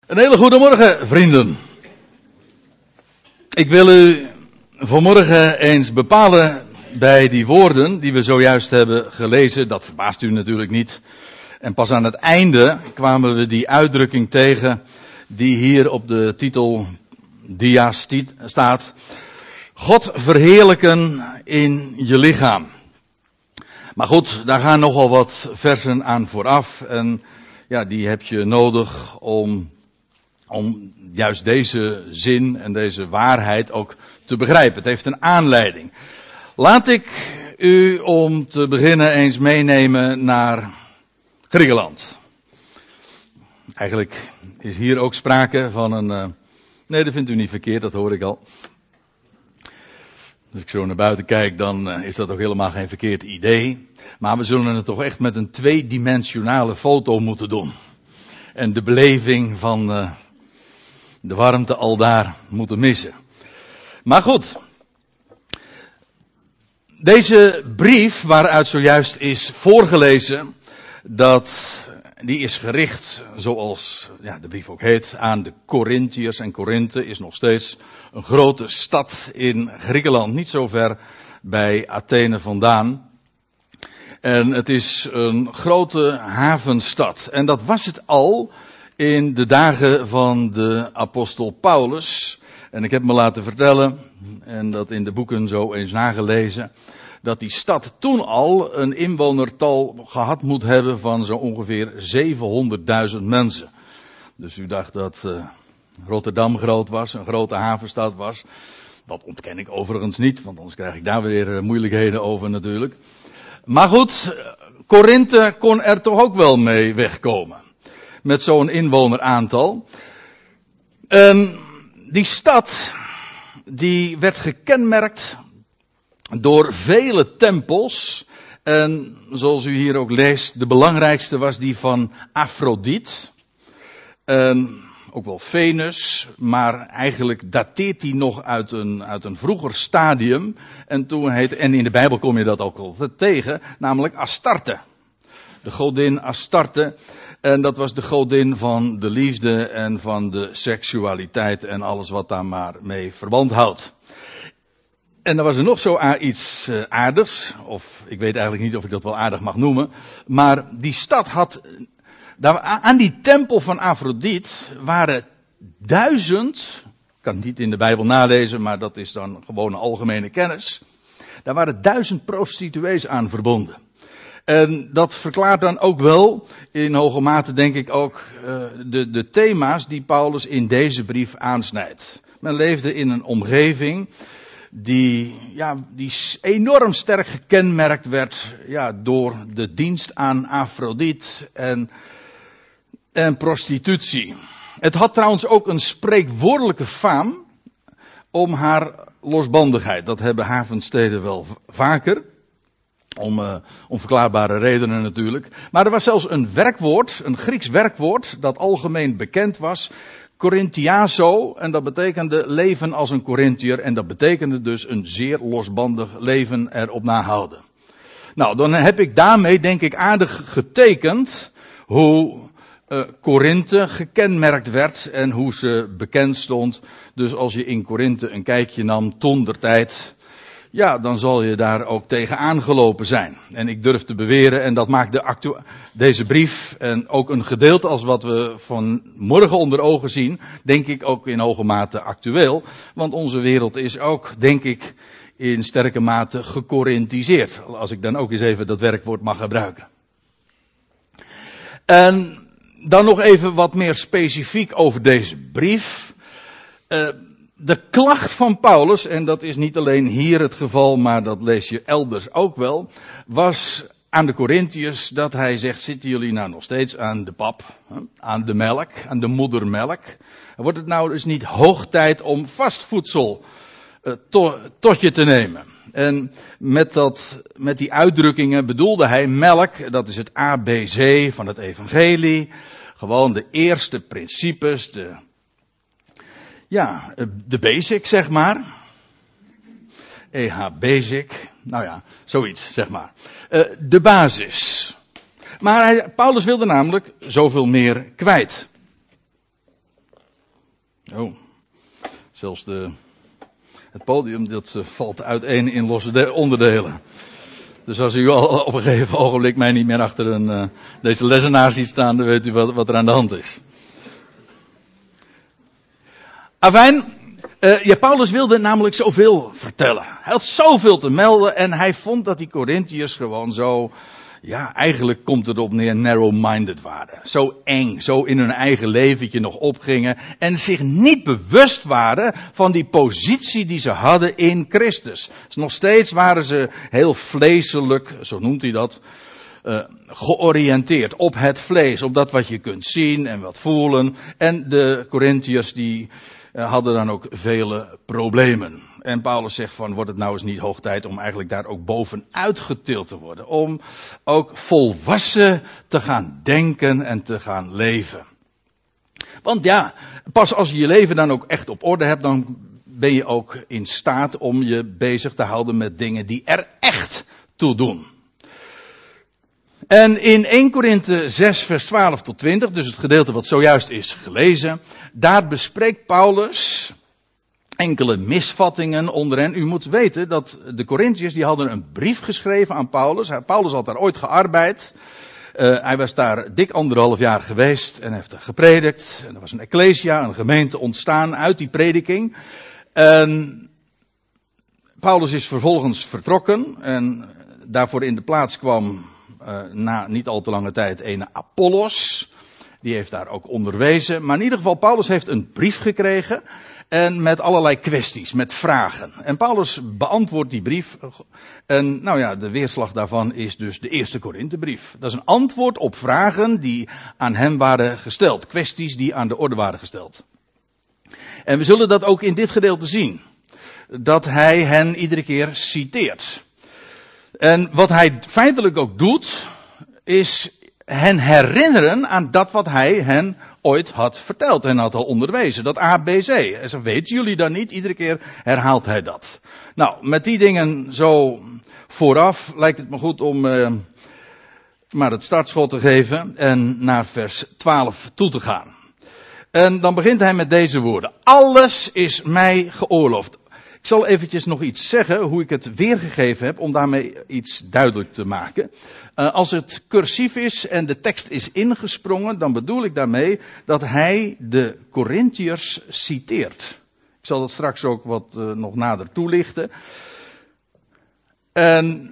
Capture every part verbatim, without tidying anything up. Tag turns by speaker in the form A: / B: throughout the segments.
A: Een hele goede morgen, vrienden. Ik wil u vanmorgen eens bepalen bij die woorden die we zojuist hebben gelezen. Dat verbaast u natuurlijk niet. En pas aan het einde kwamen we die uitdrukking tegen die hier op de titel dia staat. God verheerlijken in je lichaam. Maar goed, daar gaan nogal wat versen aan vooraf. En ja, die heb je nodig om, om juist deze zin en deze waarheid ook te begrijpen. Het heeft een aanleiding. Laat ik u om te beginnen eens meenemen naar Griekenland. Eigenlijk is hier ook sprake van een... Uh, nee, dat vindt u niet verkeerd, dat hoor ik al. Als ik zo naar buiten kijk, dan uh, is dat ook helemaal geen verkeerd idee. Maar we zullen het toch echt met een tweedimensionale foto moeten doen. En de beleving van uh, de warmte al daar moeten missen. Maar goed. Deze brief waaruit zojuist is voorgelezen, dat, die is gericht, zoals ja, de brief ook heet, aan de Korintiërs. En Korinthe is nog steeds een grote stad in Griekenland, niet zo ver bij Athene vandaan. En het is een grote havenstad. En dat was het al in de dagen van de apostel Paulus. En ik heb me laten vertellen, en dat in de boeken zo eens nagelezen, dat die stad toen al een inwonertal gehad moet hebben van zo ongeveer zevenhonderdduizend mensen. Dus u dacht dat uh, Rotterdam groot was, een grote havenstad was. Dat ontken ik overigens niet, want anders krijg ik daar weer uh, moeilijkheden over natuurlijk. Maar goed, Korinthe kon er toch ook wel mee wegkomen. Met zo'n inwoneraantal. En die stad, die werd gekenmerkt door vele tempels. En zoals u hier ook leest, de belangrijkste was die van Afrodite. En ook wel Venus, maar eigenlijk dateert die nog uit een, uit een vroeger stadium. En toen heet, en in de Bijbel kom je dat ook al tegen, namelijk Astarte. De godin Astarte. En dat was de godin van de liefde en van de seksualiteit en alles wat daar maar mee verband houdt. En dan was er nog zo iets uh, aardigs, of ik weet eigenlijk niet of ik dat wel aardig mag noemen, maar die stad had, daar, aan die tempel van Afrodite waren duizend, ik kan het niet in de Bijbel nalezen, maar dat is dan gewoon een algemene kennis, daar waren duizend prostituees aan verbonden. En dat verklaart dan ook wel, in hoge mate denk ik ook, uh, de, de thema's die Paulus in deze brief aansnijdt. Men leefde in een omgeving die, ja, die enorm sterk gekenmerkt werd, ja, door de dienst aan Afrodite en, en prostitutie. Het had trouwens ook een spreekwoordelijke faam om haar losbandigheid. Dat hebben havensteden wel vaker. Om uh, onverklaarbare redenen natuurlijk. Maar er was zelfs een werkwoord, een Grieks werkwoord, dat algemeen bekend was. Korinthiazo, en dat betekende leven als een Korinthiër. En dat betekende dus een zeer losbandig leven erop nahouden. Nou, dan heb ik daarmee denk ik aardig getekend hoe uh, Korinthe gekenmerkt werd en hoe ze bekend stond. Dus als je in Korinthe een kijkje nam, tondertijd, ja, dan zal je daar ook tegen aangelopen zijn. En ik durf te beweren, en dat maakt de actu- deze brief en ook een gedeelte als wat we vanmorgen onder ogen zien, denk ik ook in hoge mate actueel. Want onze wereld is ook, denk ik, in sterke mate gekorinthiseerd. Als ik dan ook eens even dat werkwoord mag gebruiken. En dan nog even wat meer specifiek over deze brief. Uh, De klacht van Paulus, en dat is niet alleen hier het geval, maar dat lees je elders ook wel, was aan de Korintiërs dat hij zegt, zitten jullie nou nog steeds aan de pap, aan de melk, aan de moedermelk? Wordt het nou dus niet hoog tijd om vast voedsel uh, to, tot je te nemen? En met, dat, met die uitdrukkingen bedoelde hij melk, dat is het A B C van het evangelie, gewoon de eerste principes, de... Ja, de basic, zeg maar. E H basic. Nou ja, zoiets, zeg maar. Uh, de basis. Maar hij, Paulus wilde namelijk zoveel meer kwijt. Oh, zelfs de, het podium dat uh, valt uiteen in losse de- onderdelen. Dus als u al op een gegeven ogenblik mij niet meer achter een, uh, deze lessenaar ziet staan, dan weet u wat, wat er aan de hand is. Afijn, uh, ja, Paulus wilde namelijk zoveel vertellen. Hij had zoveel te melden en hij vond dat die Corinthiërs gewoon zo, ja, eigenlijk komt het op neer, narrow-minded waren. Zo eng, zo in hun eigen leventje nog opgingen en zich niet bewust waren van die positie die ze hadden in Christus. Dus nog steeds waren ze heel vleeselijk, zo noemt hij dat, uh, georiënteerd op het vlees, op dat wat je kunt zien en wat voelen. En de Corinthiërs die uh, hadden dan ook vele problemen. En Paulus zegt van, wordt het nou eens niet hoog tijd om eigenlijk daar ook bovenuit getild te worden. Om ook volwassen te gaan denken en te gaan leven. Want ja, pas als je je leven dan ook echt op orde hebt, dan ben je ook in staat om je bezig te houden met dingen die er echt toe doen. En in eerste Korinthe zes vers twaalf tot twintig, dus het gedeelte wat zojuist is gelezen, daar bespreekt Paulus enkele misvattingen onder hen. U moet weten dat de Corinthiërs die hadden een brief geschreven aan Paulus. Paulus had daar ooit gearbeid. Uh, hij was daar dik anderhalf jaar geweest en heeft er gepredikt. En er was een ecclesia, een gemeente ontstaan uit die prediking. En Paulus is vervolgens vertrokken en daarvoor in de plaats kwam uh, na niet al te lange tijd ene Apollos. Die heeft daar ook onderwezen. Maar in ieder geval, Paulus heeft een brief gekregen. En met allerlei kwesties, met vragen. En Paulus beantwoordt die brief. En nou ja, de weerslag daarvan is dus de eerste Korinthebrief. Dat is een antwoord op vragen die aan hem waren gesteld. Kwesties die aan de orde waren gesteld. En we zullen dat ook in dit gedeelte zien. Dat hij hen iedere keer citeert. En wat hij feitelijk ook doet, is hen herinneren aan dat wat hij hen ooit had verteld en had al onderwezen. Dat A B C. En zo weten jullie dan niet. Iedere keer herhaalt hij dat. Nou, met die dingen zo vooraf lijkt het me goed om uh, maar het startschot te geven en naar vers twaalf toe te gaan. En dan begint hij met deze woorden. Alles is mij geoorloofd. Ik zal eventjes nog iets zeggen, hoe ik het weergegeven heb, om daarmee iets duidelijk te maken. Uh, als het cursief is en de tekst is ingesprongen, dan bedoel ik daarmee dat hij de Corinthiërs citeert. Ik zal dat straks ook wat uh, nog nader toelichten. En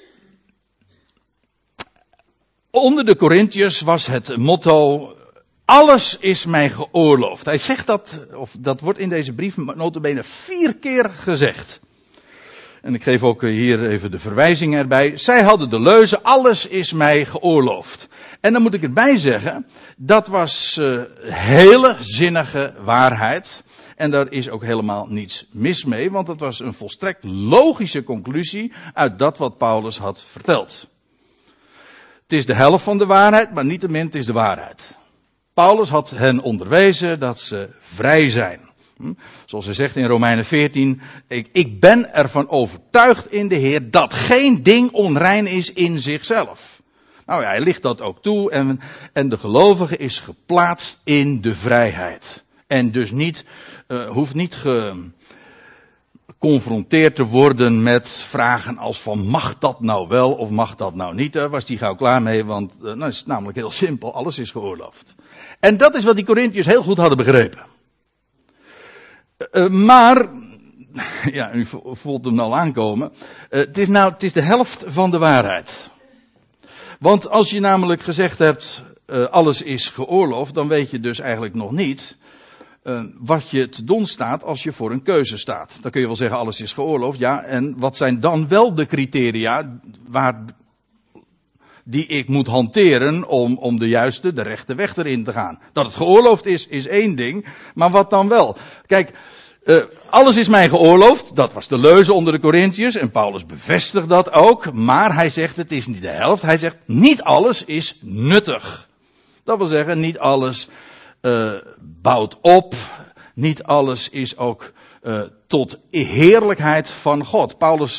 A: onder de Corinthiërs was het motto, alles is mij geoorloofd. Hij zegt dat, of dat wordt in deze brief nota bene vier keer gezegd. En ik geef ook hier even de verwijzing erbij. Zij hadden de leuze, alles is mij geoorloofd. En dan moet ik erbij zeggen, dat was uh, hele zinnige waarheid. En daar is ook helemaal niets mis mee, want dat was een volstrekt logische conclusie uit dat wat Paulus had verteld. Het is de helft van de waarheid, maar niettemin het is de waarheid. Paulus had hen onderwezen dat ze vrij zijn. Hm? Zoals hij zegt in Romeinen veertien, ik, ik ben ervan overtuigd in de Heer dat geen ding onrein is in zichzelf. Nou ja, hij licht dat ook toe en, en de gelovige is geplaatst in de vrijheid. En dus niet, uh, hoeft niet geconfronteerd te worden met vragen als van mag dat nou wel of mag dat nou niet. Daar was hij gauw klaar mee, want uh, nou is het namelijk heel simpel, alles is geoorloofd. En dat is wat die Corinthiërs heel goed hadden begrepen. Uh, maar, ja, u voelt hem al aankomen. Uh, het is nou, het is de helft van de waarheid. Want als je namelijk gezegd hebt, uh, alles is geoorloofd, dan weet je dus eigenlijk nog niet uh, wat je te doen staat als je voor een keuze staat. Dan kun je wel zeggen, alles is geoorloofd, ja, en wat zijn dan wel de criteria waar, die ik moet hanteren om, om de juiste, de rechte weg erin te gaan. Dat het geoorloofd is, is één ding, maar wat dan wel? Kijk, uh, alles is mij geoorloofd, dat was de leuze onder de Corinthiërs, en Paulus bevestigt dat ook, maar hij zegt het is niet de helft, hij zegt niet alles is nuttig. Dat wil zeggen, niet alles uh, bouwt op, niet alles is ook uh, tot heerlijkheid van God. Paulus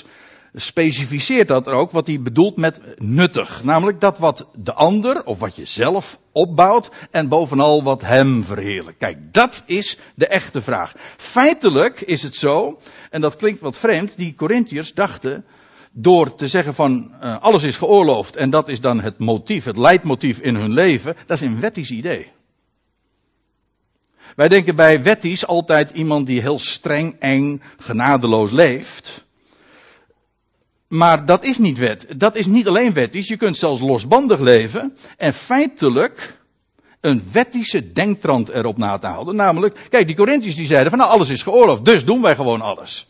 A: specificeert dat er ook wat hij bedoelt met nuttig. Namelijk dat wat de ander of wat je zelf opbouwt en bovenal wat hem verheerlijkt. Kijk, dat is de echte vraag. Feitelijk is het zo, en dat klinkt wat vreemd, die Korintiërs dachten door te zeggen van uh, alles is geoorloofd en dat is dan het motief, het leidmotief in hun leven, dat is een wettisch idee. Wij denken bij wettisch altijd iemand die heel streng, eng, genadeloos leeft. Maar dat is niet wet. Dat is niet alleen wettisch. Je kunt zelfs losbandig leven. En feitelijk een wettische denktrand erop na te houden. Namelijk, kijk, die Korintiërs die zeiden van nou alles is geoorloofd. Dus doen wij gewoon alles.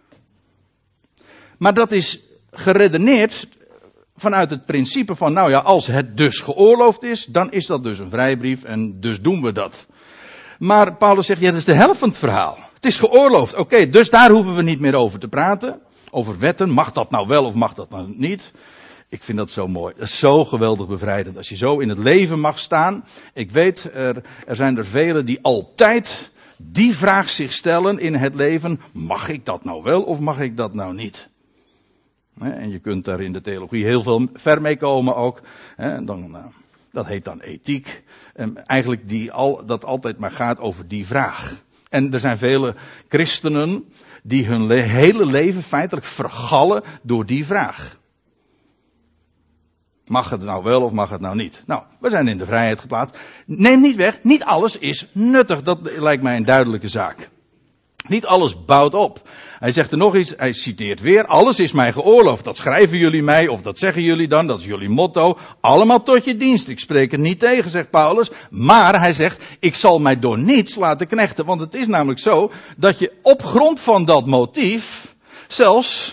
A: Maar dat is geredeneerd vanuit het principe van nou ja, als het dus geoorloofd is, dan is dat dus een vrijbrief en dus doen we dat. Maar Paulus zegt, ja, dat is de helft van het verhaal. Het is geoorloofd. Oké, okay, dus daar hoeven we niet meer over te praten. Over wetten, mag dat nou wel of mag dat nou niet? Ik vind dat zo mooi. Dat is zo geweldig bevrijdend. Als je zo in het leven mag staan. Ik weet, er, er zijn er velen die altijd die vraag zich stellen in het leven. Mag ik dat nou wel of mag ik dat nou niet? En je kunt daar in de theologie heel veel ver mee komen ook. Dan, dat heet dan ethiek. En eigenlijk die al, dat altijd maar gaat over die vraag. En er zijn vele christenen die hun le- hele leven feitelijk vergallen door die vraag. Mag het nou wel of mag het nou niet? Nou, we zijn in de vrijheid geplaatst. Neem niet weg, niet alles is nuttig. Dat lijkt mij een duidelijke zaak. Niet alles bouwt op. Hij zegt er nog iets, hij citeert weer, alles is mij geoorloofd. Dat schrijven jullie mij, of dat zeggen jullie dan, dat is jullie motto. Allemaal tot je dienst. Ik spreek het niet tegen, zegt Paulus. Maar hij zegt, ik zal mij door niets laten knechten. Want het is namelijk zo, dat je op grond van dat motief zelfs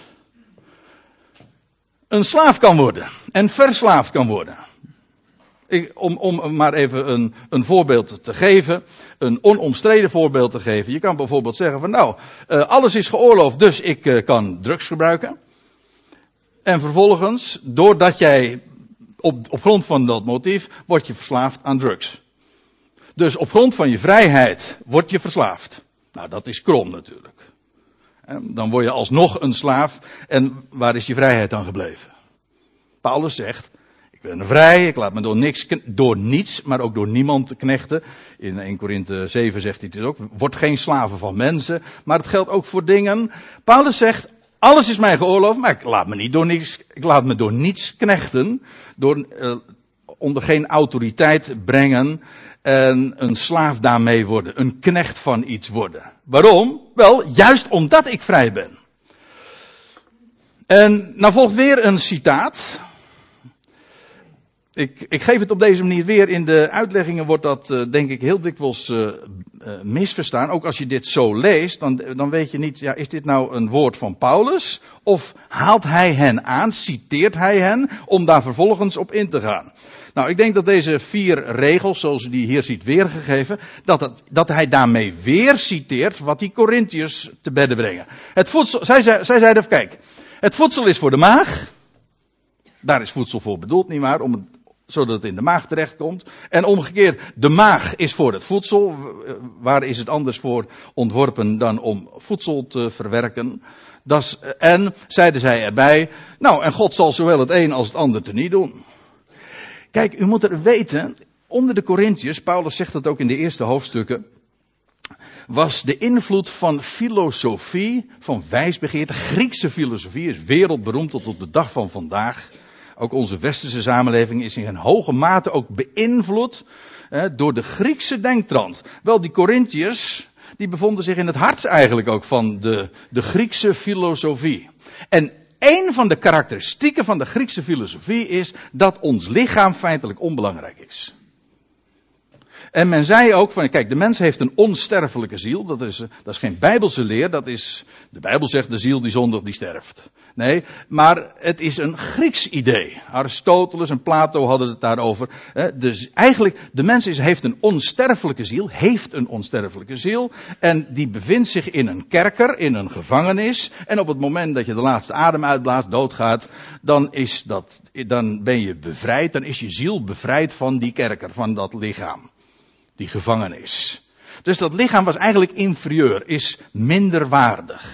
A: een slaaf kan worden. En verslaafd kan worden. Ik, om, om maar even een, een voorbeeld te geven, een onomstreden voorbeeld te geven. Je kan bijvoorbeeld zeggen van nou, uh, alles is geoorloofd, dus ik uh, kan drugs gebruiken. En vervolgens, doordat jij op, op grond van dat motief, word je verslaafd aan drugs. Dus op grond van je vrijheid word je verslaafd. Nou, dat is krom natuurlijk. En dan word je alsnog een slaaf en waar is je vrijheid dan gebleven? Paulus zegt, ik ben vrij, ik laat me door niks, door niets, maar ook door niemand knechten. In Eerste Korinthe zeven zegt hij het ook, word geen slaven van mensen. Maar het geldt ook voor dingen. Paulus zegt, alles is mij geoorloofd, maar ik laat me niet door niets, ik laat me door niets knechten. Door uh, onder geen autoriteit brengen en een slaaf daarmee worden. Een knecht van iets worden. Waarom? Wel, juist omdat ik vrij ben. En nou volgt weer een citaat. Ik, ik geef het op deze manier weer. In de uitleggingen wordt dat uh, denk ik heel dikwijls uh, uh, misverstaan. Ook als je dit zo leest, dan, dan weet je niet, ja, is dit nou een woord van Paulus? Of haalt hij hen aan, citeert hij hen, om daar vervolgens op in te gaan? Nou, ik denk dat deze vier regels, zoals u die hier ziet weergegeven, dat, het, dat hij daarmee weer citeert wat die Korintiërs te bedden brengen. Het voedsel, zij, zij, zij zeiden, kijk, het voedsel is voor de maag. Daar is voedsel voor bedoeld, nietwaar, om het, zodat het in de maag terechtkomt. En omgekeerd, de maag is voor het voedsel. Waar is het anders voor ontworpen dan om voedsel te verwerken? Das, en, zeiden zij erbij, nou, en God zal zowel het een als het ander teniet doen. Kijk, u moet er weten, onder de Korintiërs, Paulus zegt dat ook in de eerste hoofdstukken, was de invloed van filosofie, van wijsbegeerte, Griekse filosofie, is wereldberoemd tot op de dag van vandaag. Ook onze westerse samenleving is in een hoge mate ook beïnvloed eh, door de Griekse denktrand. Wel, die Korintiërs, die bevonden zich in het hart eigenlijk ook van de, de Griekse filosofie. En een van de karakteristieken van de Griekse filosofie is dat ons lichaam feitelijk onbelangrijk is. En men zei ook van, kijk, de mens heeft een onsterfelijke ziel. Dat is, dat is geen Bijbelse leer. Dat is, de Bijbel zegt de ziel die zondigt, die sterft. Nee, maar het is een Grieks idee. Aristoteles en Plato hadden het daarover. Dus eigenlijk, de mens is, heeft een onsterfelijke ziel. Heeft een onsterfelijke ziel. En die bevindt zich in een kerker, in een gevangenis. En op het moment dat je de laatste adem uitblaast, doodgaat, dan is dat, dan ben je bevrijd. Dan is je ziel bevrijd van die kerker, van dat lichaam. Die gevangenis. Dus dat lichaam was eigenlijk inferieur, is minder waardig.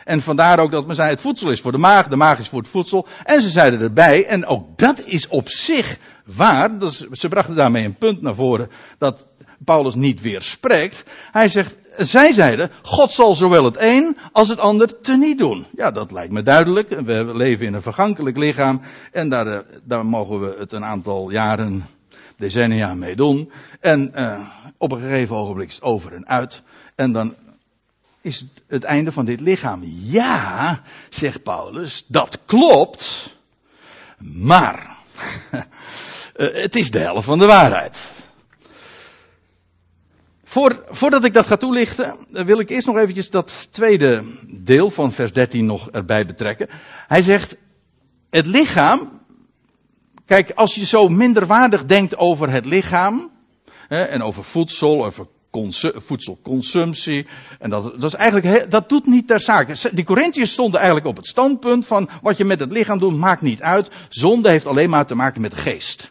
A: En vandaar ook dat men zei, het voedsel is voor de maag, de maag is voor het voedsel. En ze zeiden erbij, en ook dat is op zich waar, dus ze brachten daarmee een punt naar voren dat Paulus niet weerspreekt. Hij zegt, zij zeiden, God zal zowel het een als het ander teniet doen. Ja, dat lijkt me duidelijk. We leven in een vergankelijk lichaam en daar, daar mogen we het een aantal jaren, decennia mee doen. En uh, op een gegeven ogenblik is het over en uit. En dan is het het einde van dit lichaam. Ja, zegt Paulus, dat klopt. Maar het is de helft van de waarheid. Voor, voordat ik dat ga toelichten, wil ik eerst nog eventjes dat tweede deel van vers dertien nog erbij betrekken. Hij zegt, het lichaam, kijk, als je zo minderwaardig denkt over het lichaam, hè, en over voedsel, over consu- voedselconsumptie, en dat, dat is eigenlijk, dat doet niet ter zake. Die Korintiërs stonden eigenlijk op het standpunt van, wat je met het lichaam doet, maakt niet uit. Zonde heeft alleen maar te maken met de geest.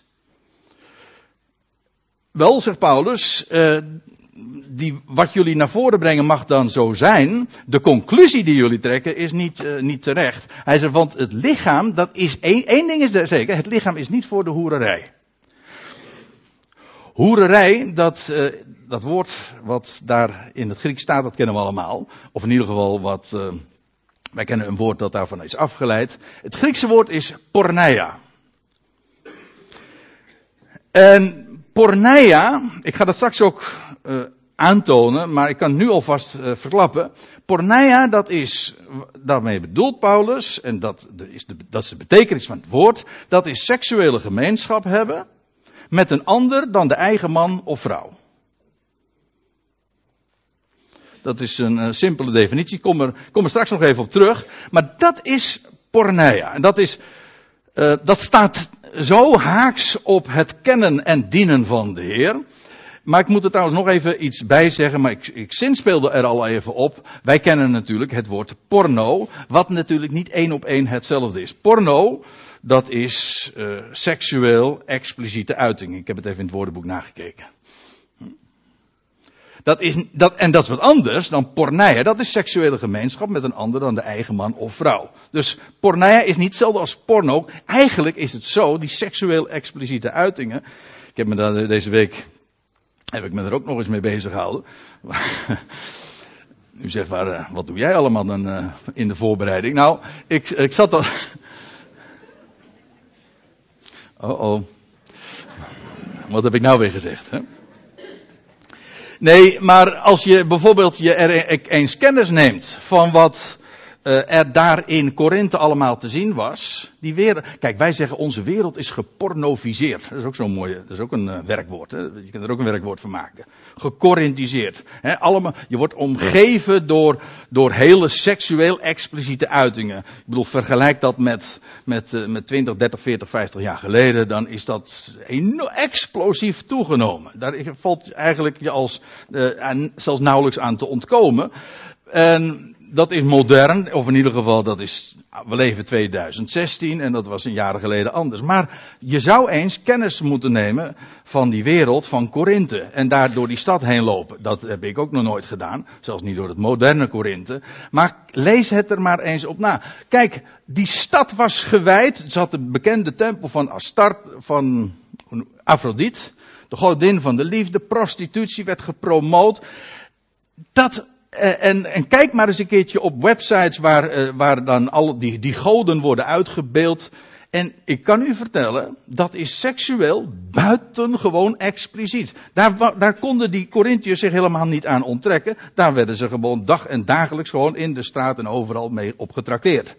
A: Wel, zegt Paulus, uh, die, wat jullie naar voren brengen mag dan zo zijn. De conclusie die jullie trekken is niet, uh, niet terecht. Hij zegt, want het lichaam, dat is één, één ding is er zeker, het lichaam is niet voor de hoererij. Hoererij, dat, uh, dat woord wat daar in het Grieks staat, dat kennen we allemaal. Of in ieder geval wat, uh, wij kennen een woord dat daarvan is afgeleid. Het Griekse woord is porneia. En porneia, ik ga dat straks ook uh, aantonen, maar ik kan nu alvast uh, verklappen. Porneia, dat is, daarmee bedoelt Paulus, en dat is, de, dat is de betekenis van het woord, dat is seksuele gemeenschap hebben met een ander dan de eigen man of vrouw. Dat is een uh, simpele definitie, ik kom er, kom er straks nog even op terug. Maar dat is porneia, en dat is, uh, dat staat zo haaks op het kennen en dienen van de Heer. Maar ik moet er trouwens nog even iets bij zeggen, maar ik, ik zinspeelde er al even op. Wij kennen natuurlijk het woord porno, wat natuurlijk niet één op één hetzelfde is. Porno, dat is uh, seksueel expliciete uiting. Ik heb het even in het woordenboek nagekeken. Dat is, dat, en dat is wat anders dan porneia. Dat is seksuele gemeenschap met een ander dan de eigen man of vrouw. Dus porneia is niet hetzelfde als porno. Eigenlijk is het zo, die seksueel expliciete uitingen. Ik heb me daar deze week, heb ik me er ook nog eens mee bezig gehouden. U zegt, waar, wat doe jij allemaal dan uh, in de voorbereiding? Nou, ik, ik zat al... Oh oh. Wat heb ik nou weer gezegd, hè? Nee, maar als je bijvoorbeeld je er eens kennis neemt van wat uh, er daar in Korinthe allemaal te zien was. Die wereld, kijk, wij zeggen onze wereld is gepornoviseerd. Dat is ook zo'n mooie, dat is ook een uh, werkwoord. Hè? Je kunt er ook een werkwoord van maken. Gekorinthiseerd. Hè? Allemaal, je wordt omgeven door, door hele seksueel expliciete uitingen. Ik bedoel, vergelijk dat met, met, uh, met twintig, dertig, veertig, vijftig jaar geleden. Dan is dat enorm explosief toegenomen. Daar valt eigenlijk je als, uh, aan, zelfs nauwelijks aan te ontkomen. En dat is modern, of in ieder geval, dat is, we leven tweeduizend zestien en dat was een jaren geleden anders. Maar je zou eens kennis moeten nemen van die wereld van Korinthe en daar door die stad heen lopen. Dat heb ik ook nog nooit gedaan, zelfs niet door het moderne Korinthe. Maar lees het er maar eens op na. Kijk, die stad was gewijd, ze had de bekende tempel van Astarte, van Afrodite, de godin van de liefde, prostitutie werd gepromoot. Dat... En, en kijk maar eens een keertje op websites waar, uh, waar dan al die, die goden worden uitgebeeld. En ik kan u vertellen, dat is seksueel buitengewoon expliciet. Daar, daar konden die Korintiërs zich helemaal niet aan onttrekken. Daar werden ze gewoon dag en dagelijks gewoon in de straat en overal mee op getrakteerd.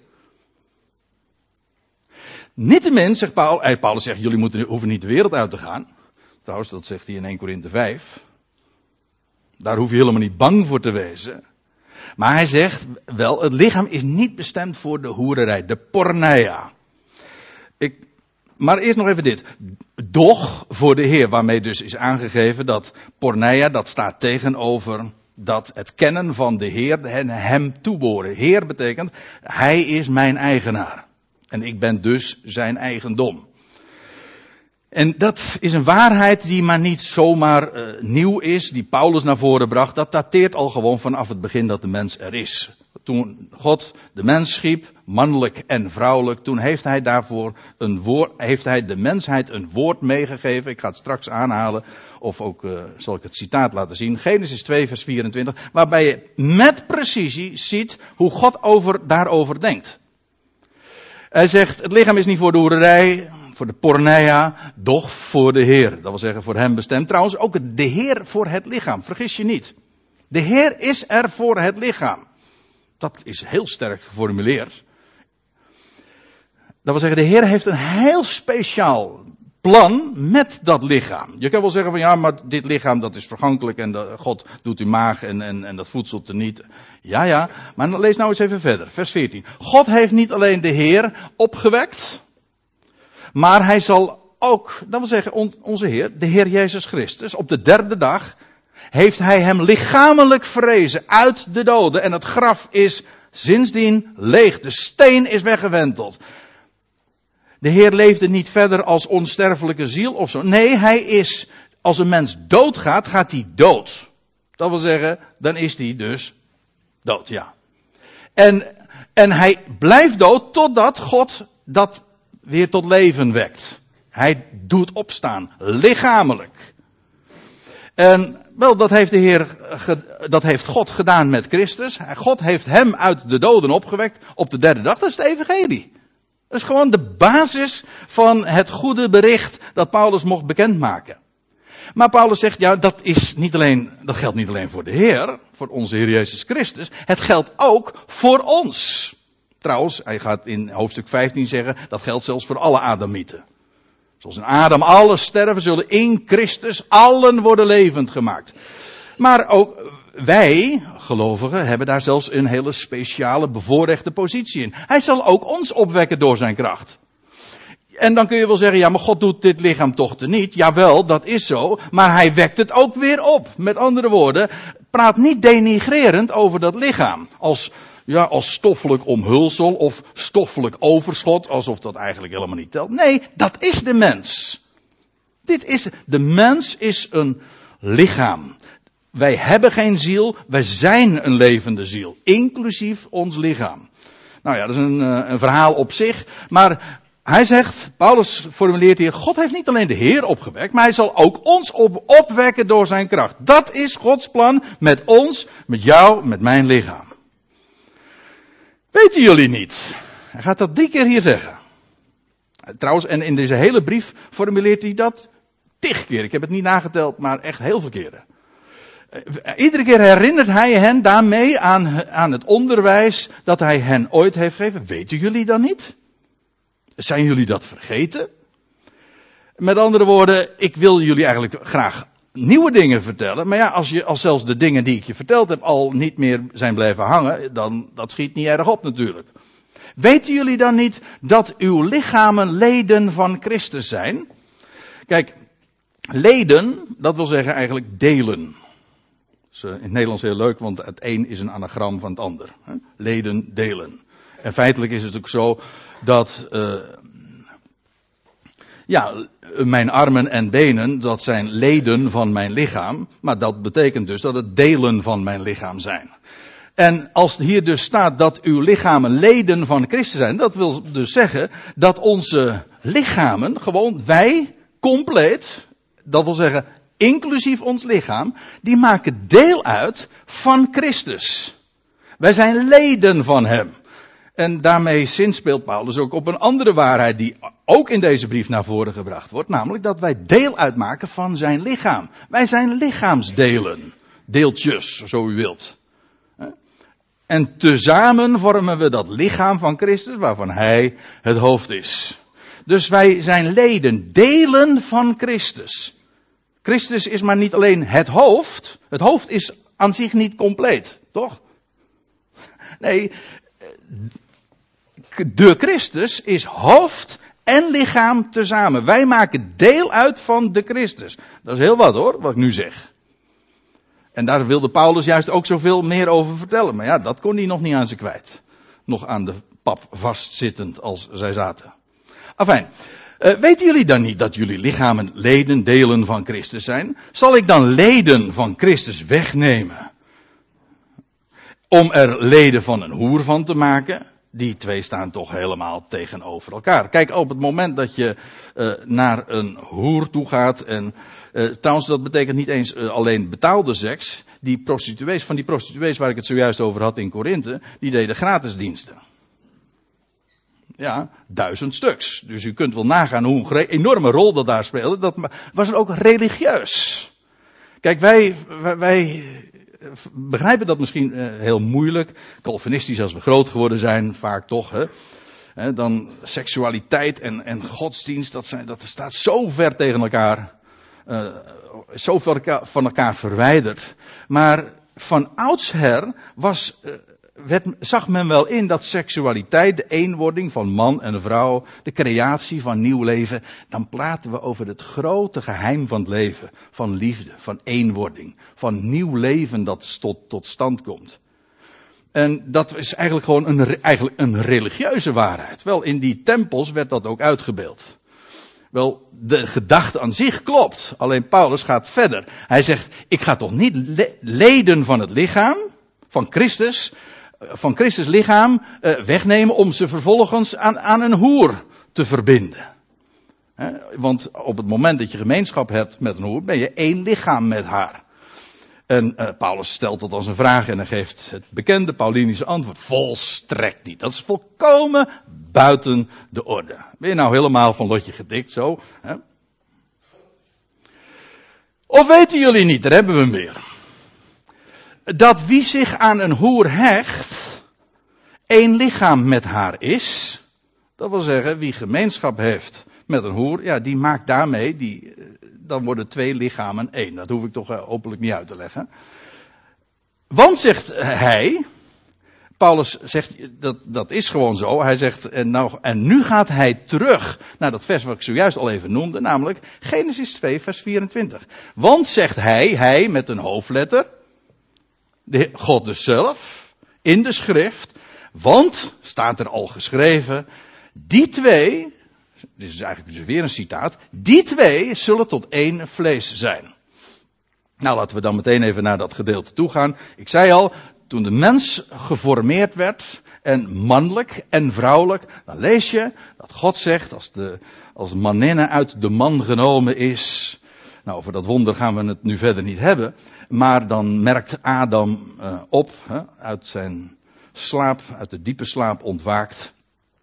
A: Niettemin, zegt Paulus, eh, Paulus zegt, jullie moeten, hoeven niet de wereld uit te gaan. Trouwens, dat zegt hij in Eerste Korinthe vijf. Daar hoef je helemaal niet bang voor te wezen. Maar hij zegt wel, het lichaam is niet bestemd voor de hoererij, de porneia. Ik, maar eerst nog even dit. Doch voor de Heer, waarmee dus is aangegeven dat porneia, dat staat tegenover dat het kennen van de Heer en hem toebehoren. Heer betekent, hij is mijn eigenaar. En ik ben dus zijn eigendom. En dat is een waarheid die maar niet zomaar uh, nieuw is, die Paulus naar voren bracht. Dat dateert al gewoon vanaf het begin dat de mens er is. toen God de mens schiep, mannelijk en vrouwelijk, toen heeft hij daarvoor een woord, heeft hij de mensheid een woord meegegeven. Ik ga het straks aanhalen, of ook uh, zal ik het citaat laten zien. Genesis twee vers vierentwintig, waarbij je met precisie ziet hoe God over, daarover denkt. Hij zegt, het lichaam is niet voor de hoererij, voor de porneia, doch voor de Heer. Dat wil zeggen voor hem bestemd. Trouwens ook de Heer voor het lichaam, vergis je niet. De Heer is er voor het lichaam. Dat is heel sterk geformuleerd. Dat wil zeggen, de Heer heeft een heel speciaal plan met dat lichaam. Je kan wel zeggen van ja, maar dit lichaam dat is vergankelijk en de, God doet uw maag en, en, en dat voedsel te niet. Ja, ja, maar lees nou eens even verder. Vers veertien. God heeft niet alleen de Heer opgewekt, maar hij zal ook, dat wil zeggen on, onze Heer, de Heer Jezus Christus, op de derde dag heeft hij hem lichamelijk verrezen uit de doden en het graf is sindsdien leeg. De steen is weggewenteld. De Heer leefde niet verder als onsterfelijke ziel of zo. Nee, hij is, als een mens doodgaat, gaat hij dood. Dat wil zeggen, dan is hij dus dood, ja. En, en hij blijft dood totdat God dat weer tot leven wekt. Hij doet opstaan, lichamelijk. En wel, dat heeft de Heer, dat heeft God gedaan met Christus. God heeft hem uit de doden opgewekt op de derde dag. Dat is het evangelie. Dat is gewoon de basis van het goede bericht dat Paulus mocht bekendmaken. Maar Paulus zegt, ja, dat is niet alleen, dat geldt niet alleen voor de Heer, voor onze Heer Jezus Christus. Het geldt ook voor ons. Trouwens, hij gaat in hoofdstuk vijftien zeggen, dat geldt zelfs voor alle Adamieten. Zoals in Adam alle sterven, zullen in Christus allen worden levend gemaakt. Maar ook wij, gelovigen, hebben daar zelfs een hele speciale bevoorrechte positie in. Hij zal ook ons opwekken door zijn kracht. En dan kun je wel zeggen, ja, maar God doet dit lichaam toch teniet. Jawel, dat is zo, maar hij wekt het ook weer op. Met andere woorden, praat niet denigrerend over dat lichaam. Als, ja, als stoffelijk omhulsel of stoffelijk overschot, alsof dat eigenlijk helemaal niet telt. Nee, dat is de mens. Dit is, de mens is een lichaam. Wij hebben geen ziel, wij zijn een levende ziel, inclusief ons lichaam. Nou ja, dat is een, een verhaal op zich, maar hij zegt, Paulus formuleert hier, God heeft niet alleen de Heer opgewekt, maar hij zal ook ons op, opwekken door zijn kracht. Dat is Gods plan met ons, met jou, met mijn lichaam. Weten jullie niet? Hij gaat dat drie keer hier zeggen. Trouwens, en in deze hele brief formuleert hij dat tig keer. Ik heb het niet nageteld, maar echt heel veel keren. Iedere keer herinnert hij hen daarmee aan, aan het onderwijs dat hij hen ooit heeft gegeven. Weten jullie dan niet? Zijn jullie dat vergeten? Met andere woorden, ik wil jullie eigenlijk graag nieuwe dingen vertellen. Maar ja, als, je, als zelfs de dingen die ik je verteld heb al niet meer zijn blijven hangen, dan dat schiet niet erg op natuurlijk. Weten jullie dan niet dat uw lichamen leden van Christus zijn? Kijk, leden, dat wil zeggen eigenlijk delen. Dat is in het Nederlands heel leuk, want het een is een anagram van het ander. Leden, delen. En feitelijk is het ook zo dat, uh, ja, mijn armen en benen, dat zijn leden van mijn lichaam. Maar dat betekent dus dat het delen van mijn lichaam zijn. En als hier dus staat dat uw lichamen leden van Christus zijn, dat wil dus zeggen dat onze lichamen, gewoon wij, compleet, dat wil zeggen inclusief ons lichaam, die maken deel uit van Christus. Wij zijn leden van hem. En daarmee zinspeelt Paulus ook op een andere waarheid die ook in deze brief naar voren gebracht wordt. Namelijk dat wij deel uitmaken van zijn lichaam. Wij zijn lichaamsdelen. Deeltjes, zo u wilt. En tezamen vormen we dat lichaam van Christus waarvan hij het hoofd is. Dus wij zijn leden, delen van Christus. Christus is maar niet alleen het hoofd. Het hoofd is aan zich niet compleet, toch? Nee, de Christus is hoofd en lichaam tezamen. Wij maken deel uit van de Christus. Dat is heel wat hoor, wat ik nu zeg. En daar wilde Paulus juist ook zoveel meer over vertellen. Maar ja, dat kon hij nog niet aan ze kwijt. Nog aan de pap vastzittend als zij zaten. Afijn, uh, weten jullie dan niet dat jullie lichamen leden, delen van Christus zijn? Zal ik dan leden van Christus wegnemen? om er leden van een hoer van te maken. Die twee staan toch helemaal tegenover elkaar. Kijk, op het moment dat je uh, naar een hoer toe gaat en uh, trouwens dat betekent niet eens uh, alleen betaalde seks. Die prostituees, van die prostituees waar ik het zojuist over had in Korinthe, die deden gratis diensten. Ja, duizend stuks. Dus u kunt wel nagaan hoe een enorme rol dat daar speelde. Dat was er ook religieus. Kijk, wij, wij, wij begrijpen dat misschien uh, heel moeilijk. Calvinistisch als we groot geworden zijn, vaak toch. Hè? He, dan seksualiteit en, en godsdienst, dat, zijn, dat staat zo ver tegen elkaar. Uh, zo ver van elkaar verwijderd. Maar van oudsher was... Uh, Werd, zag men wel in dat seksualiteit, de eenwording van man en vrouw, de creatie van nieuw leven, dan praten we over het grote geheim van het leven, van liefde, van eenwording, van nieuw leven dat tot, tot stand komt. En dat is eigenlijk gewoon een, eigenlijk een religieuze waarheid. Wel, in die tempels werd dat ook uitgebeeld. Wel, de gedachte aan zich klopt, alleen Paulus gaat verder. Hij zegt, ik ga toch niet le- leden van het lichaam, van Christus, van Christus lichaam uh, wegnemen om ze vervolgens aan, aan een hoer te verbinden. He, want op het moment dat je gemeenschap hebt met een hoer, ben je één lichaam met haar. En uh, Paulus stelt dat als een vraag en hij geeft het bekende Paulinische antwoord. Volstrekt niet. Dat is volkomen buiten de orde. Ben je nou helemaal van lotje gedikt zo? He? Of weten jullie niet, daar hebben we hem weer. Dat wie zich aan een hoer hecht, één lichaam met haar is. Dat wil zeggen, wie gemeenschap heeft met een hoer, ja, die maakt daarmee, die, dan worden twee lichamen één. Dat hoef ik toch hopelijk niet uit te leggen. Want, zegt hij, Paulus zegt, dat, dat is gewoon zo. Hij zegt, en, nou, en nu gaat hij terug naar dat vers wat ik zojuist al even noemde, namelijk Genesis twee, vers vierentwintig. Want, zegt hij, hij met een hoofdletter, de God dus zelf, in de schrift, want, staat er al geschreven, die twee, dit is eigenlijk dus weer een citaat, die twee zullen tot één vlees zijn. Nou, laten we dan meteen even naar dat gedeelte toe gaan. Ik zei al, toen de mens geformeerd werd, en mannelijk en vrouwelijk, dan lees je dat God zegt, als de, als maninne uit de man genomen is. Nou, over dat wonder gaan we het nu verder niet hebben. Maar dan merkt Adam uh, op, hè, uit zijn slaap, uit de diepe slaap ontwaakt.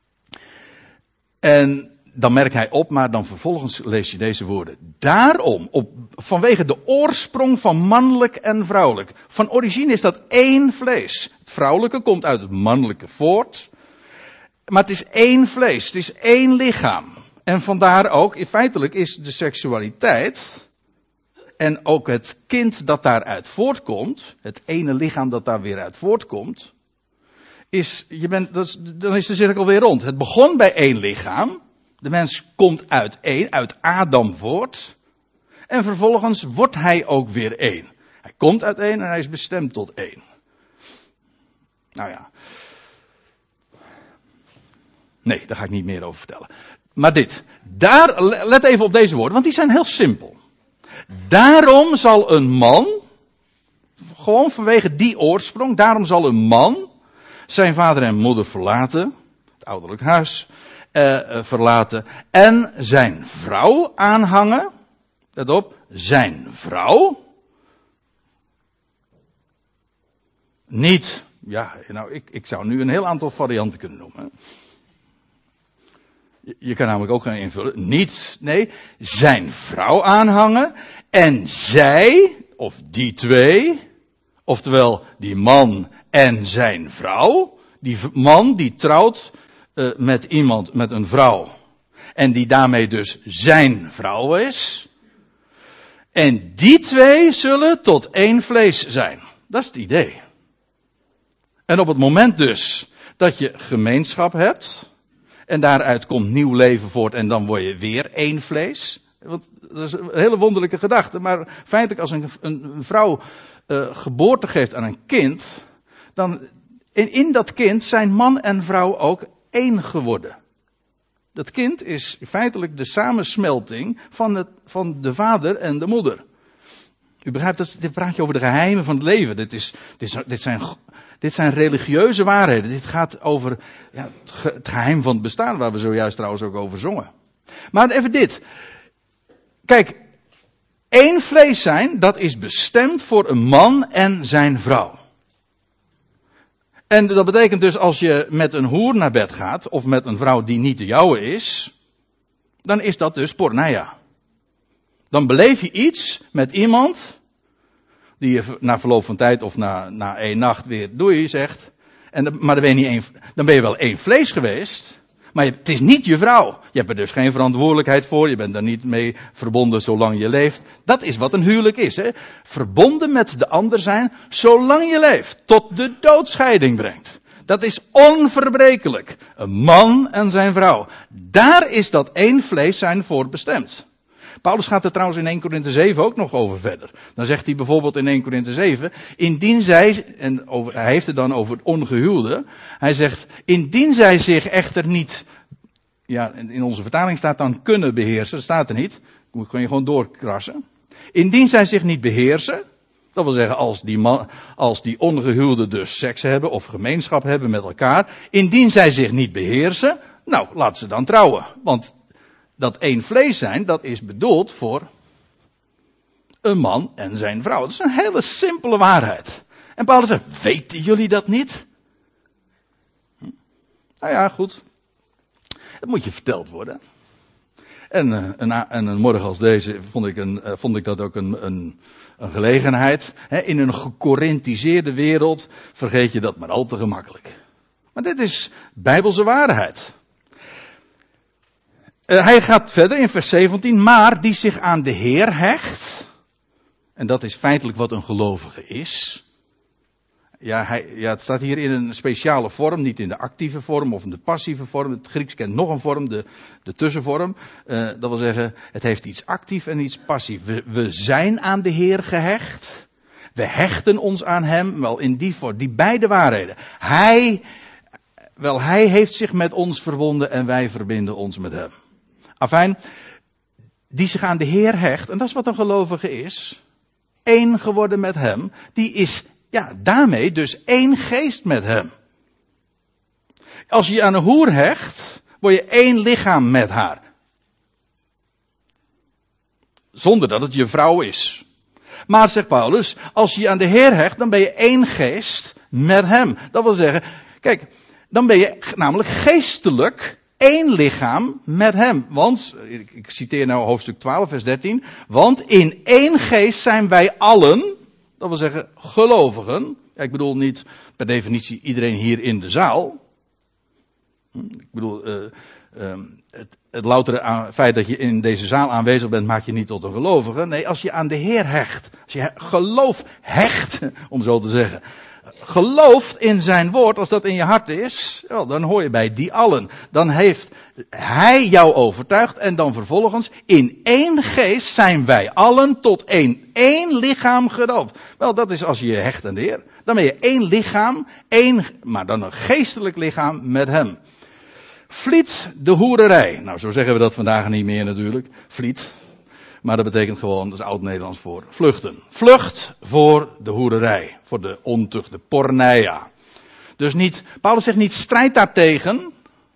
A: En dan merkt hij op, maar dan vervolgens lees je deze woorden. Daarom, op, vanwege de oorsprong van mannelijk en vrouwelijk. Van origine is dat één vlees. Het vrouwelijke komt uit het mannelijke voort. Maar het is één vlees, het is één lichaam. En vandaar ook, feitelijk is de seksualiteit... En ook het kind dat daaruit voortkomt, het ene lichaam dat daar weer uit voortkomt, is, je bent, dat is, dan is de cirkel weer rond. Het begon bij één lichaam, de mens komt uit één, uit Adam voort, en vervolgens wordt hij ook weer één. Hij komt uit één en hij is bestemd tot één. Nou ja. Nee, daar ga ik niet meer over vertellen. Maar dit, daar, let even op deze woorden, want die zijn heel simpel. Daarom zal een man, gewoon vanwege die oorsprong, daarom zal een man zijn vader en moeder verlaten, het ouderlijk huis eh, verlaten, en zijn vrouw aanhangen, let op, zijn vrouw, niet, ja, nou, ik, ik zou nu een heel aantal varianten kunnen noemen. Je kan namelijk ook gaan invullen, niet, nee, zijn vrouw aanhangen en zij, of die twee, oftewel die man en zijn vrouw, die man die trouwt uh, met iemand, met een vrouw, en die daarmee dus zijn vrouw is, en die twee zullen tot één vlees zijn. Dat is het idee. En op het moment dus dat je gemeenschap hebt, en daaruit komt nieuw leven voort en dan word je weer één vlees. Want dat is een hele wonderlijke gedachte. Maar feitelijk als een, een, een vrouw uh, geboorte geeft aan een kind. Dan in, in dat kind zijn man en vrouw ook één geworden. Dat kind is feitelijk de samensmelting van, het, van de vader en de moeder. U begrijpt, dat, dit praat je over de geheimen van het leven. Dit, is, dit, is, dit, zijn, dit zijn religieuze waarheden. Dit gaat over ja, het, ge, het geheim van het bestaan, waar we zojuist trouwens ook over zongen. Maar even dit. Kijk, één vlees zijn, dat is bestemd voor een man en zijn vrouw. En dat betekent dus als je met een hoer naar bed gaat, of met een vrouw die niet de jouwe is, dan is dat dus porneia. Dan beleef je iets met iemand, die je na verloop van tijd of na, na één nacht weer doei zegt, en, maar dan ben, je niet één, dan ben je wel één vlees geweest, maar je, het is niet je vrouw. Je hebt er dus geen verantwoordelijkheid voor, je bent daar niet mee verbonden zolang je leeft. Dat is wat een huwelijk is, hè? Verbonden met de ander zijn, zolang je leeft, tot de doodscheiding brengt. Dat is onverbrekelijk. Een man en zijn vrouw. Daar is dat één vlees zijn voor bestemd. Paulus gaat er trouwens in Eerste Korinthe zeven ook nog over verder. Dan zegt hij bijvoorbeeld in Eerste Korinthe zeven, indien zij, en over, hij heeft het dan over het ongehuwde, hij zegt, indien zij zich echter niet, ja, in onze vertaling staat dan kunnen beheersen, dat staat er niet, dat kun je gewoon doorkrassen. Indien zij zich niet beheersen, dat wil zeggen als die, man, als die ongehuwden dus seks hebben of gemeenschap hebben met elkaar, indien zij zich niet beheersen, nou, laat ze dan trouwen, want dat één vlees zijn, dat is bedoeld voor een man en zijn vrouw. Dat is een hele simpele waarheid. En Paulus zegt, weten jullie dat niet? Hm? Nou ja, goed. Dat moet je verteld worden. En, uh, een, en een morgen als deze vond ik, een, uh, vond ik dat ook een, een, een gelegenheid. He, in een gecorinthiseerde wereld vergeet je dat maar al te gemakkelijk. Maar dit is bijbelse waarheid. Uh, hij gaat verder in vers zeventien, maar die zich aan de Heer hecht, en dat is feitelijk wat een gelovige is. Ja, hij, ja, het staat hier in een speciale vorm, niet in de actieve vorm of in de passieve vorm. Het Grieks kent nog een vorm, de, de tussenvorm. Uh, dat wil zeggen, het heeft iets actief en iets passief. We, we zijn aan de Heer gehecht. We hechten ons aan Hem, wel in die vorm, die beide waarheden. Hij, wel, Hij heeft zich met ons verbonden en wij verbinden ons met Hem. Afijn, die zich aan de Heer hecht, en dat is wat een gelovige is, één geworden met Hem, die is, ja, daarmee dus één geest met Hem. Als je je aan een hoer hecht, word je één lichaam met haar. Zonder dat het je vrouw is. Maar, zegt Paulus, als je je aan de Heer hecht, dan ben je één geest met Hem. Dat wil zeggen, kijk, dan ben je namelijk geestelijk één lichaam met Hem. Want, ik, ik citeer nou hoofdstuk twaalf, vers dertien. Want in één geest zijn wij allen, dat wil zeggen gelovigen. Ja, ik bedoel niet per definitie iedereen hier in de zaal. Ik bedoel, uh, uh, het, het loutere feit dat je in deze zaal aanwezig bent, maakt je niet tot een gelovige. Nee, als je aan de Heer hecht, als je geloof hecht, om zo te zeggen, gelooft in zijn woord, als dat in je hart is, wel, dan hoor je bij die allen. Dan heeft hij jou overtuigd en dan vervolgens in één geest zijn wij allen tot één, één lichaam gedoopt. Wel, dat is als je je hecht aan de Heer. Dan ben je één lichaam, één, maar dan een geestelijk lichaam met Hem. Vliet de hoererij. Nou, zo zeggen we dat vandaag niet meer natuurlijk. Vliet. Maar dat betekent gewoon, dat is oud-Nederlands voor vluchten. Vlucht voor de hoererij. Voor de ontucht, de porneia. Dus niet, Paulus zegt niet strijd daartegen.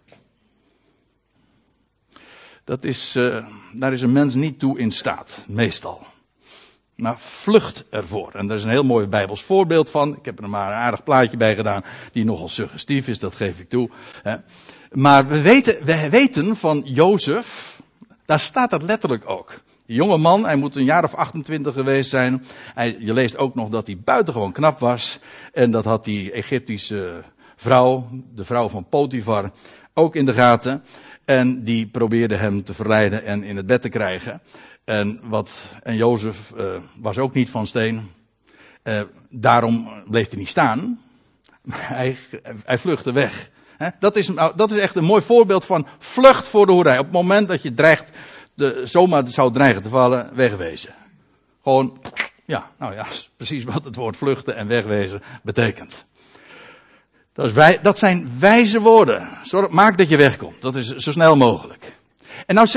A: Dat is, uh, daar is een mens niet toe in staat. Meestal. Maar vlucht ervoor. En daar is een heel mooi Bijbels voorbeeld van. Ik heb er maar een aardig plaatje bij gedaan. Die nogal suggestief is, dat geef ik toe. Maar we weten, we weten van Jozef. Daar staat dat letterlijk ook. Die jonge man, hij moet een jaar of achtentwintig geweest zijn. Hij, je leest ook nog dat hij buitengewoon knap was. En dat had die Egyptische vrouw, de vrouw van Potifar, ook in de gaten. En die probeerde hem te verleiden en in het bed te krijgen. En, wat, en Jozef uh, was ook niet van steen. Uh, daarom bleef hij niet staan. Hij, hij vluchtte weg. He, dat, is, dat is echt een mooi voorbeeld van vlucht voor de hoerij. Op het moment dat je dreigt, de, zomaar zou dreigen te vallen, wegwezen. Gewoon, ja, nou ja, precies wat het woord vluchten en wegwezen betekent. Dat, is wij, dat zijn wijze woorden. Zorg, maak dat je wegkomt. Dat is zo snel mogelijk. En nou zegt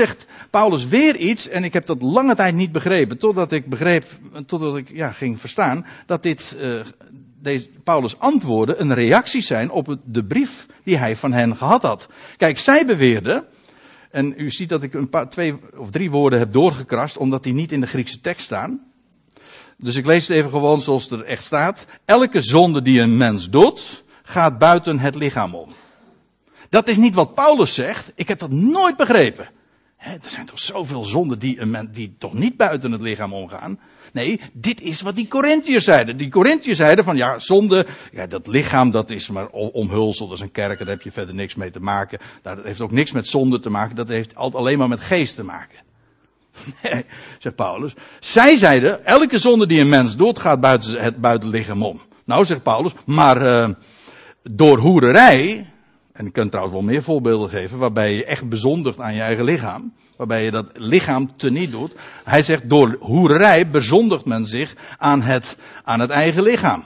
A: Paulus weer iets, en ik heb dat lange tijd niet begrepen, totdat ik begreep, totdat ik ja, ging verstaan, dat dit, uh, deze, Paulus' antwoorden een reactie zijn op het, de brief die hij van hen gehad had. Kijk, zij beweerden, en u ziet dat ik een paar, twee of drie woorden heb doorgekrast, omdat die niet in de Griekse tekst staan. Dus ik lees het even gewoon zoals het er echt staat. Elke zonde die een mens doet, gaat buiten het lichaam om. Dat is niet wat Paulus zegt. Ik heb dat nooit begrepen. He, er zijn toch zoveel zonden die, een mens, die toch niet buiten het lichaam omgaan. Nee, dit is wat die Corinthiërs zeiden. Die Corinthiërs zeiden van ja, zonde, ja, dat lichaam dat is maar omhulsel, dat is een kerk, daar heb je verder niks mee te maken. Dat heeft ook niks met zonde te maken, dat heeft altijd alleen maar met geest te maken. Nee, zegt Paulus. Zij zeiden, elke zonde die een mens doet, gaat buiten het buitenlichaam om. Nou, zegt Paulus, maar uh, door hoererij, en ik kan trouwens wel meer voorbeelden geven, waarbij je echt bezondigt aan je eigen lichaam, waarbij je dat lichaam teniet doet. Hij zegt, door hoererij bezondigt men zich aan het, aan het eigen lichaam.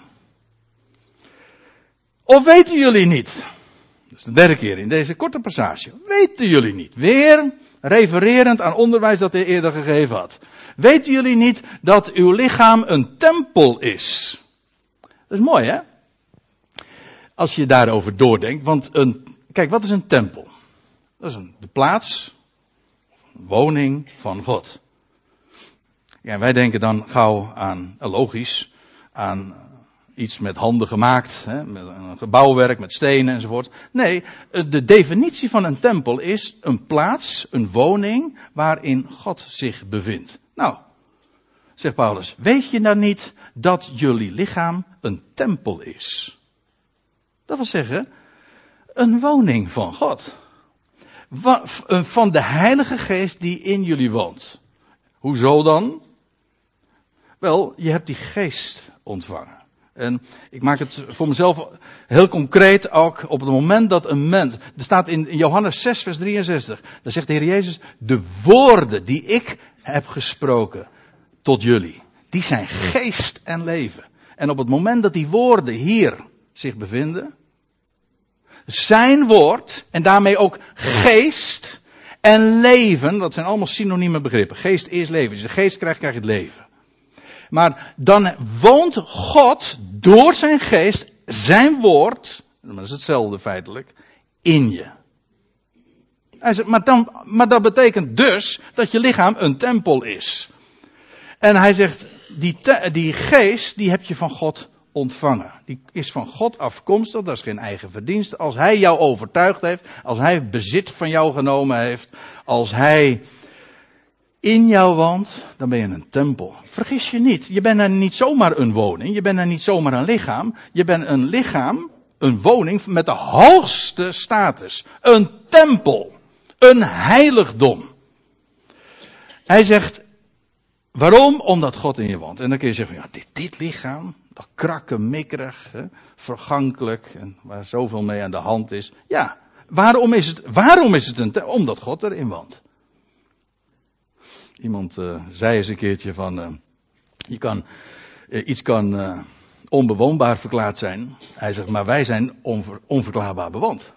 A: Of weten jullie niet? Dat is de derde keer in deze korte passage. Weten jullie niet? Weer refererend aan onderwijs dat hij eerder gegeven had. Weten jullie niet dat uw lichaam een tempel is? Dat is mooi, hè? Als je daarover doordenkt. Want een, kijk, wat is een tempel? Dat is een, de plaats, een woning van God. Ja, wij denken dan gauw aan, logisch, aan iets met handen gemaakt, hè, met een gebouwwerk, met stenen enzovoort. Nee, de definitie van een tempel is een plaats, een woning waarin God zich bevindt. Nou, zegt Paulus, weet je nou niet dat jullie lichaam een tempel is? Dat wil zeggen, een woning van God. Van de Heilige Geest die in jullie woont. Hoezo dan? Wel, je hebt die geest ontvangen. En ik maak het voor mezelf heel concreet ook op het moment dat een mens... Er staat in Johannes zes vers drieënzestig. Daar zegt de Heer Jezus, de woorden die ik heb gesproken tot jullie, die zijn geest en leven. En op het moment dat die woorden hier zich bevinden, zijn woord en daarmee ook geest en leven, dat zijn allemaal synonieme begrippen. Geest is leven. Als je de geest krijgt, krijg je het leven. Maar dan woont God door zijn geest, zijn woord, dat is hetzelfde feitelijk, in je. Hij zegt, maar, dan, maar dat betekent dus dat je lichaam een tempel is. En hij zegt, die, te, die geest, die heb je van God ontvangen. Die is van God afkomstig, dat is geen eigen verdienste. Als hij jou overtuigd heeft, als hij bezit van jou genomen heeft, als hij in jou woont, dan ben je een tempel. Vergis je niet, je bent er niet zomaar een woning, je bent er niet zomaar een lichaam. Je bent een lichaam, een woning met de hoogste status. Een tempel, een heiligdom. Hij zegt, waarom? Omdat God in je woont. En dan kun je zeggen, van, ja, dit, dit lichaam, dat krakkemikkerig, hè, vergankelijk, en waar zoveel mee aan de hand is. Ja, waarom is het, waarom is het een tempel? Omdat God erin woont. Iemand uh, zei eens een keertje van, uh, je kan, uh, iets kan uh, onbewoonbaar verklaard zijn. Hij zegt, maar wij zijn onver, onverklaarbaar bewoond.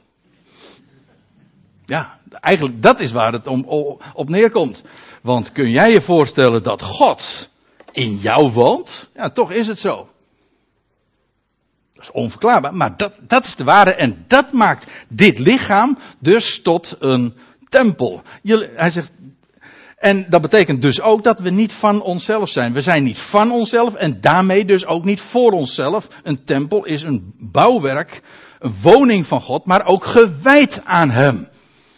A: Ja, eigenlijk dat is waar het om, op neerkomt. Want kun jij je voorstellen dat God in jou woont? Ja, toch is het zo. Dat is onverklaarbaar, maar dat, dat is de waarde en dat maakt dit lichaam dus tot een tempel. Jullie, hij zegt, en dat betekent dus ook dat we niet van onszelf zijn. We zijn niet van onszelf en daarmee dus ook niet voor onszelf. Een tempel is een bouwwerk, een woning van God, maar ook gewijd aan hem.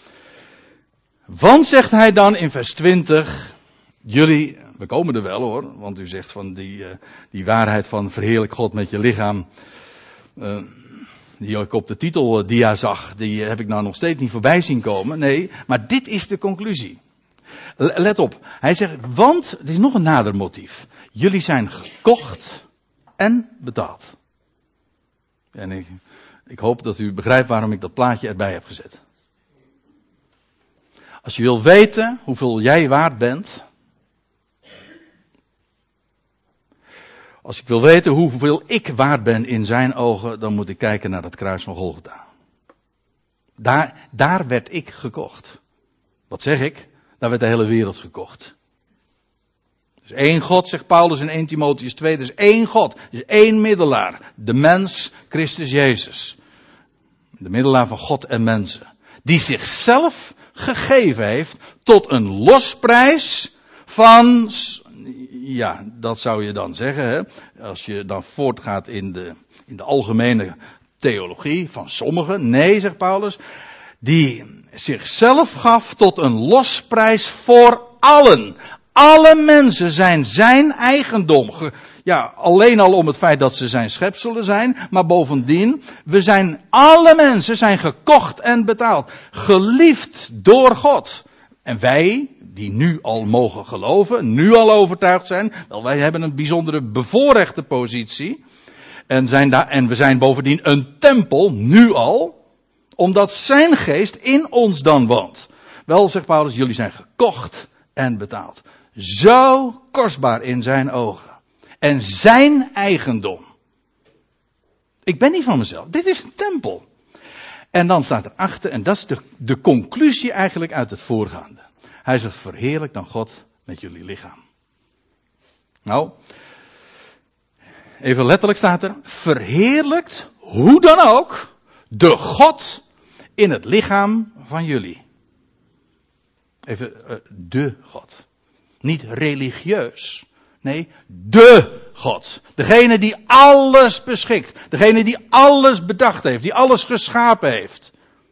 A: Want, zegt hij dan in vers twintig, jullie, we komen er wel hoor, want u zegt van die, uh, die waarheid van verheerlijk God met je lichaam, uh, die ik op de titeldia zag, die heb ik nou nog steeds niet voorbij zien komen. Nee, maar dit is de conclusie. Let op, hij zegt, want, het is nog een nader motief. Jullie zijn gekocht en betaald. En ik, ik hoop dat u begrijpt waarom ik dat plaatje erbij heb gezet. Als je wil weten hoeveel jij waard bent. Als ik wil weten hoeveel ik waard ben in zijn ogen, dan moet ik kijken naar dat kruis van Golgotha. Daar, daar werd ik gekocht. Wat zeg ik? Daar werd de hele wereld gekocht. Er is één God, zegt Paulus in eerste Timotheüs twee. Er is één God. Er is één middelaar. De mens, Christus Jezus. De middelaar van God en mensen. Die zichzelf gegeven heeft tot een losprijs van... Ja, dat zou je dan zeggen, hè? Als je dan voortgaat in de, in de algemene theologie van sommigen. Nee, zegt Paulus, die zichzelf gaf tot een losprijs voor allen. Alle mensen zijn zijn eigendom. Ja, alleen al om het feit dat ze zijn schepselen zijn, maar bovendien, we zijn, alle mensen zijn gekocht en betaald. Geliefd door God. En wij, die nu al mogen geloven, nu al overtuigd zijn, wel, wij hebben een bijzondere bevoorrechte positie. En, zijn daar, en we zijn bovendien een tempel, nu al, omdat zijn geest in ons dan woont. Wel, zegt Paulus, jullie zijn gekocht en betaald. Zo kostbaar in zijn ogen. En zijn eigendom. Ik ben niet van mezelf. Dit is een tempel. En dan staat erachter, en dat is de, de conclusie eigenlijk uit het voorgaande. Hij zegt, verheerlijk dan God met jullie lichaam. Nou, even letterlijk staat er, verheerlijkt, hoe dan ook, de God in het lichaam van jullie. Even, uh, de God. Niet religieus. Nee, de God. Degene die alles beschikt. Degene die alles bedacht heeft. Die alles geschapen heeft.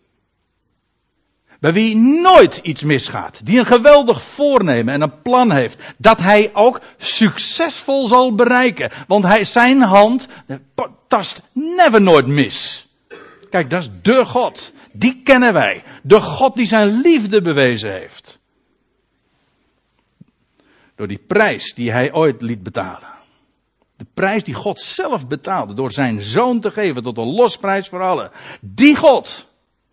A: Bij wie nooit iets misgaat. Die een geweldig voornemen en een plan heeft. Dat hij ook succesvol zal bereiken. Want hij, zijn hand tast never nooit mis. Kijk, dat is de God. Die kennen wij. De God die zijn liefde bewezen heeft. Door die prijs die hij ooit liet betalen. De prijs die God zelf betaalde. Door zijn zoon te geven tot een losprijs voor allen. Die God.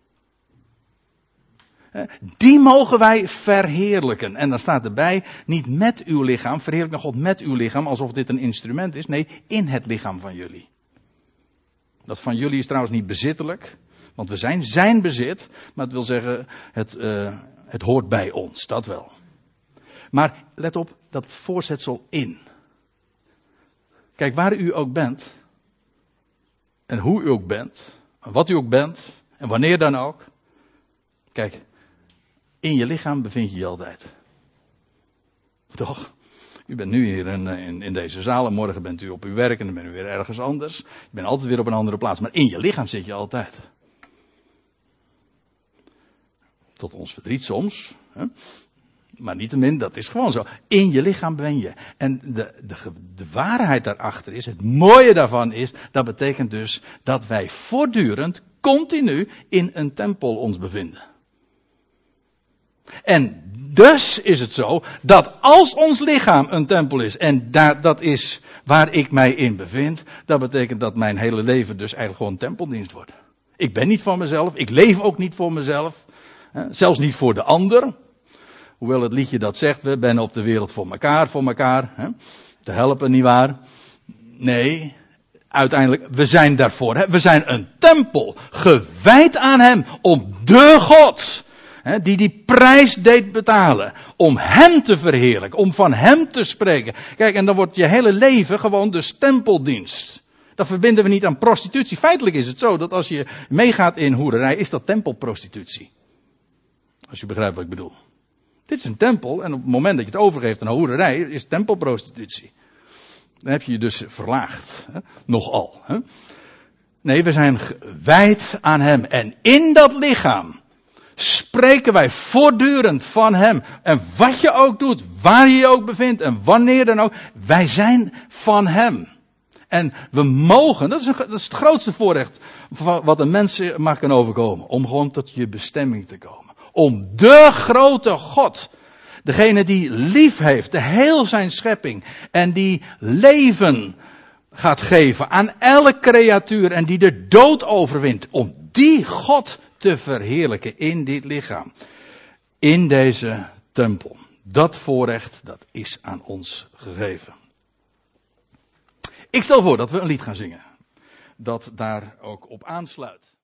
A: Die mogen wij verheerlijken. En dan staat erbij, niet met uw lichaam. Verheerlijk God met uw lichaam. Alsof dit een instrument is. Nee, in het lichaam van jullie. Dat van jullie is trouwens niet bezittelijk. Want we zijn zijn bezit. Maar het wil zeggen, het, uh, het hoort bij ons. Dat wel. Maar let op dat voorzetsel in. Kijk, waar u ook bent. En hoe u ook bent. En wat u ook bent. En wanneer dan ook. Kijk, in je lichaam bevind je je altijd. Toch? U bent nu hier in, in, in deze zaal en morgen bent u op uw werk en dan bent u weer ergens anders. Je bent altijd weer op een andere plaats. Maar in je lichaam zit je altijd. Tot ons verdriet soms. Hè? Maar niettemin, dat is gewoon zo. In je lichaam ben je. En de, de, de waarheid daarachter is, het mooie daarvan is, dat betekent dus dat wij voortdurend, continu in een tempel ons bevinden. En dus is het zo, dat als ons lichaam een tempel is, en daar, dat is waar ik mij in bevind, dat betekent dat mijn hele leven dus eigenlijk gewoon tempeldienst wordt. Ik ben niet van mezelf, ik leef ook niet voor mezelf, hè, zelfs niet voor de ander. Hoewel het liedje dat zegt, we zijn op de wereld voor elkaar, voor elkaar, hè, te helpen, nietwaar? Nee, uiteindelijk, we zijn daarvoor, hè, we zijn een tempel, gewijd aan hem, om de God, hè, die die prijs deed betalen, om hem te verheerlijken, om van hem te spreken. Kijk, en dan wordt je hele leven gewoon dus tempeldienst. Dat verbinden we niet aan prostitutie. Feitelijk is het zo, dat als je meegaat in hoererij, is dat tempelprostitutie. Als je begrijpt wat ik bedoel. Dit is een tempel en op het moment dat je het overgeeft aan hoererij is het tempelprostitutie. Dan heb je je dus verlaagd. Hè? Nogal. Hè? Nee, we zijn gewijd aan hem. En in dat lichaam spreken wij voortdurend van hem. En wat je ook doet, waar je je ook bevindt en wanneer dan ook. Wij zijn van hem. En we mogen, dat is, een, dat is het grootste voorrecht wat een mens mag kan overkomen. Om gewoon tot je bestemming te komen. Om de grote God, degene die lief heeft, de heel zijn schepping, en die leven gaat geven aan elke creatuur en die de dood overwint, om die God te verheerlijken in dit lichaam, in deze tempel. Dat voorrecht, dat is aan ons gegeven. Ik stel voor dat we een lied gaan zingen, dat daar ook op aansluit.